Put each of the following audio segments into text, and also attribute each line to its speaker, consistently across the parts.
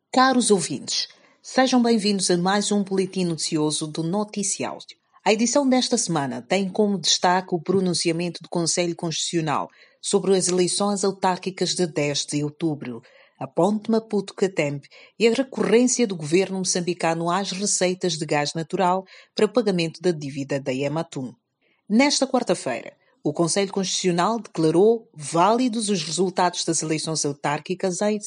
Speaker 1: Caros ouvintes, sejam bem-vindos a mais um boletim noticioso do Noticiáudio. A edição desta semana tem como destaque o pronunciamento do Conselho Constitucional sobre as eleições autárquicas de 10 de outubro, a ponte Maputo-Catembe e a recorrência do governo moçambicano às receitas de gás natural para pagamento da dívida da Ematum. Nesta quarta-feira, o Conselho Constitucional declarou válidos os resultados das eleições autárquicas em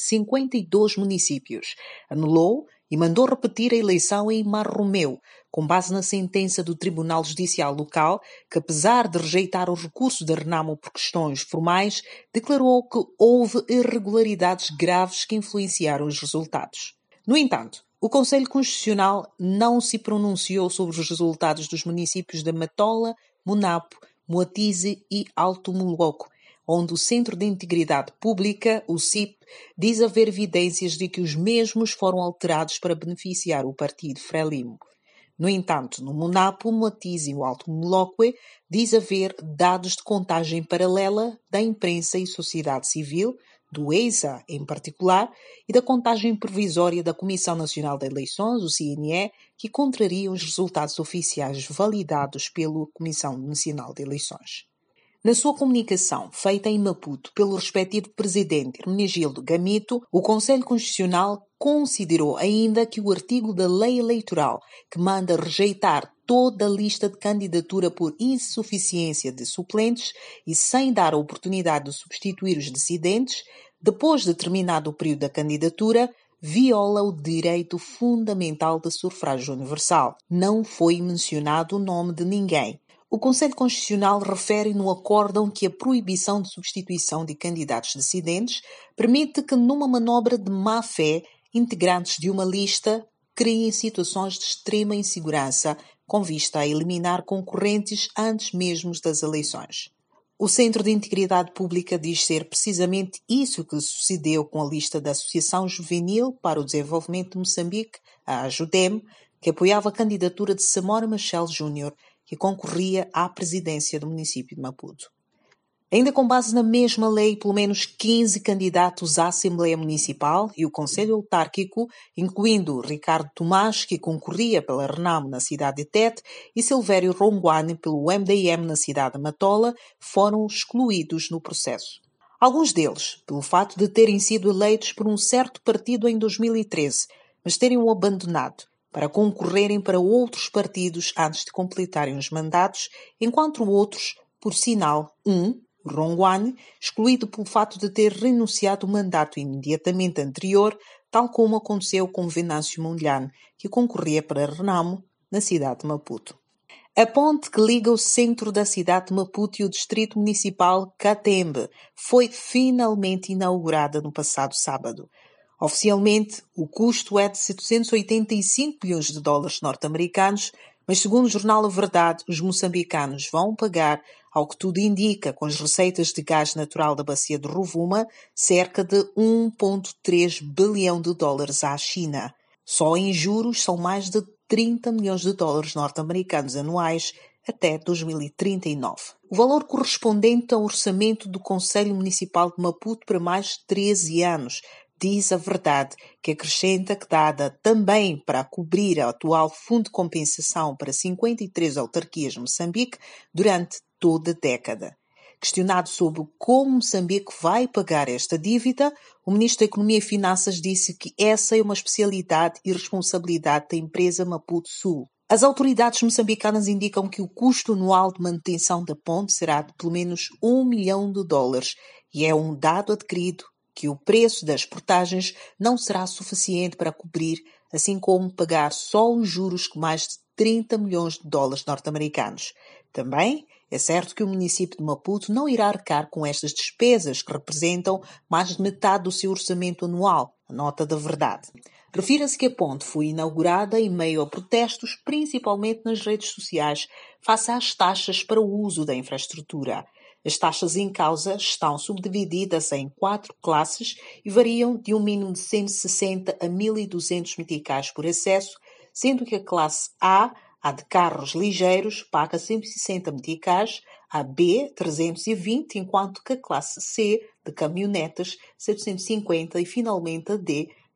Speaker 1: 52 municípios, anulou e mandou repetir a eleição em Marromeu, com base na sentença do Tribunal Judicial Local, que, apesar de rejeitar o recurso da Renamo por questões formais, declarou que houve irregularidades graves que influenciaram os resultados. No entanto, o Conselho Constitucional não se pronunciou sobre os resultados dos municípios de Matola, Munapo, Moatize e Alto Moloco, onde o Centro de Integridade Pública, o CIP, diz haver evidências de que os mesmos foram alterados para beneficiar o partido Frelimo. No entanto, no Munapo, Moatize e o Alto Moloco, diz haver dados de contagem paralela da imprensa e sociedade civil, do EISA em particular, e da contagem provisória da Comissão Nacional de Eleições, o CNE, que contrariam os resultados oficiais validados pela Comissão Nacional de Eleições. Na sua comunicação, feita em Maputo pelo respectivo presidente Hermenegildo Gamito, o Conselho Constitucional considerou ainda que o artigo da Lei Eleitoral, que manda rejeitar toda a lista de candidatura por insuficiência de suplentes e sem dar a oportunidade de substituir os dissidentes, depois de terminado o período da candidatura, viola o direito fundamental de sufrágio universal. Não foi mencionado o nome de ninguém. O Conselho Constitucional refere no acórdão que a proibição de substituição de candidatos dissidentes permite que, numa manobra de má-fé, integrantes de uma lista criem situações de extrema insegurança com vista a eliminar concorrentes antes mesmo das eleições. O Centro de Integridade Pública diz ser precisamente isso que sucedeu com a lista da Associação Juvenil para o Desenvolvimento de Moçambique, a AJUDEM, que apoiava a candidatura de Samora Machel Júnior, que concorria à presidência do município de Maputo. Ainda com base na mesma lei, pelo menos 15 candidatos à Assembleia Municipal e o Conselho Autárquico, incluindo Ricardo Tomás, que concorria pela Renamo na cidade de Tete, e Silvério Ronguane pelo MDM na cidade de Matola, foram excluídos no processo. Alguns deles, pelo fato de terem sido eleitos por um certo partido em 2013, mas terem o abandonado, para concorrerem para outros partidos antes de completarem os mandatos, enquanto outros, por sinal, Ronguane, excluído pelo fato de ter renunciado o mandato imediatamente anterior, tal como aconteceu com Venâncio Mondlane, que concorria para Renamo, na cidade de Maputo. A ponte que liga o centro da cidade de Maputo e o distrito municipal Catembe foi finalmente inaugurada no passado sábado. Oficialmente, o custo é de 785 milhões de dólares norte-americanos, mas segundo o jornal A Verdade, os moçambicanos vão pagar, ao que tudo indica, com as receitas de gás natural da bacia de Rovuma, cerca de 1,3 bilhão de dólares à China. Só em juros são mais de 30 milhões de dólares norte-americanos anuais até 2039. O valor correspondente ao orçamento do Conselho Municipal de Maputo para mais de 13 anos, diz A Verdade, que acrescenta que, dada também para cobrir o atual fundo de compensação para 53 autarquias de Moçambique durante toda a década. Questionado sobre como Moçambique vai pagar esta dívida, o Ministro da Economia e Finanças disse que essa é uma especialidade e responsabilidade da empresa Maputo Sul. As autoridades moçambicanas indicam que o custo anual de manutenção da ponte será de pelo menos 1 milhão de dólares e é um dado adquirido que o preço das portagens não será suficiente para cobrir, assim como pagar só os juros de mais de 30 milhões de dólares norte-americanos. Também é certo que o município de Maputo não irá arcar com estas despesas, que representam mais de metade do seu orçamento anual, a nota da Verdade. Refira-se que a ponte foi inaugurada em meio a protestos, principalmente nas redes sociais, face às taxas para o uso da infraestrutura. As taxas em causa estão subdivididas em 4 classes e variam de um mínimo de 160 a 1.200 meticais por acesso, sendo que a classe A de carros ligeiros, paga 160 meticais, a B, 320, enquanto que a classe C, de caminhonetas, 750 e finalmente a D, de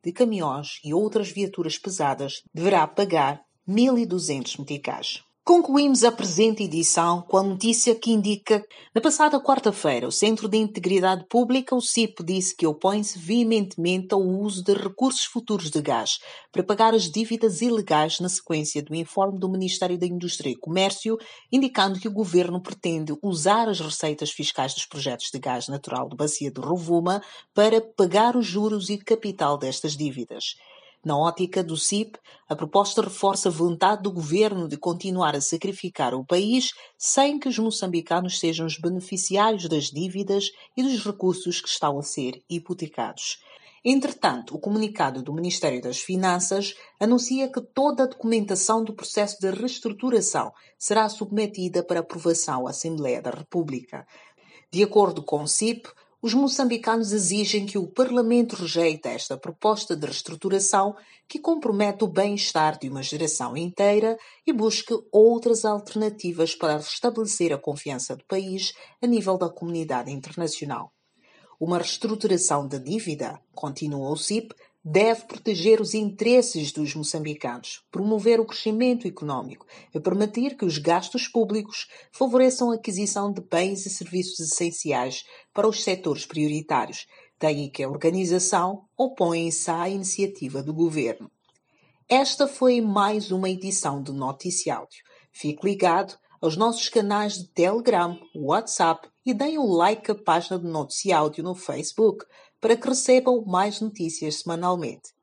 Speaker 1: de caminhões e outras viaturas pesadas deverá pagar 1.200 meticais. Concluímos a presente edição com a notícia que indica que, na passada quarta-feira, o Centro de Integridade Pública, o CIP, disse que opõe-se veementemente ao uso de recursos futuros de gás para pagar as dívidas ilegais na sequência do informe do Ministério da Indústria e Comércio, indicando que o governo pretende usar as receitas fiscais dos projetos de gás natural da Bacia do Rovuma para pagar os juros e capital destas dívidas. Na ótica do CIP, a proposta reforça a vontade do governo de continuar a sacrificar o país sem que os moçambicanos sejam os beneficiários das dívidas e dos recursos que estão a ser hipotecados. Entretanto, o comunicado do Ministério das Finanças anuncia que toda a documentação do processo de reestruturação será submetida para aprovação à Assembleia da República. De acordo com o CIP, os moçambicanos exigem que o Parlamento rejeite esta proposta de reestruturação que compromete o bem-estar de uma geração inteira e busque outras alternativas para restabelecer a confiança do país a nível da comunidade internacional. Uma reestruturação da dívida, continua o CIP, deve proteger os interesses dos moçambicanos, promover o crescimento econômico e permitir que os gastos públicos favoreçam a aquisição de bens e serviços essenciais para os setores prioritários, daí que a organização opõe-se à iniciativa do governo. Esta foi mais uma edição do Noticiáudio. Fique ligado aos nossos canais de Telegram, WhatsApp e deem um like à página do Noticiáudio no Facebook para que recebam mais notícias semanalmente.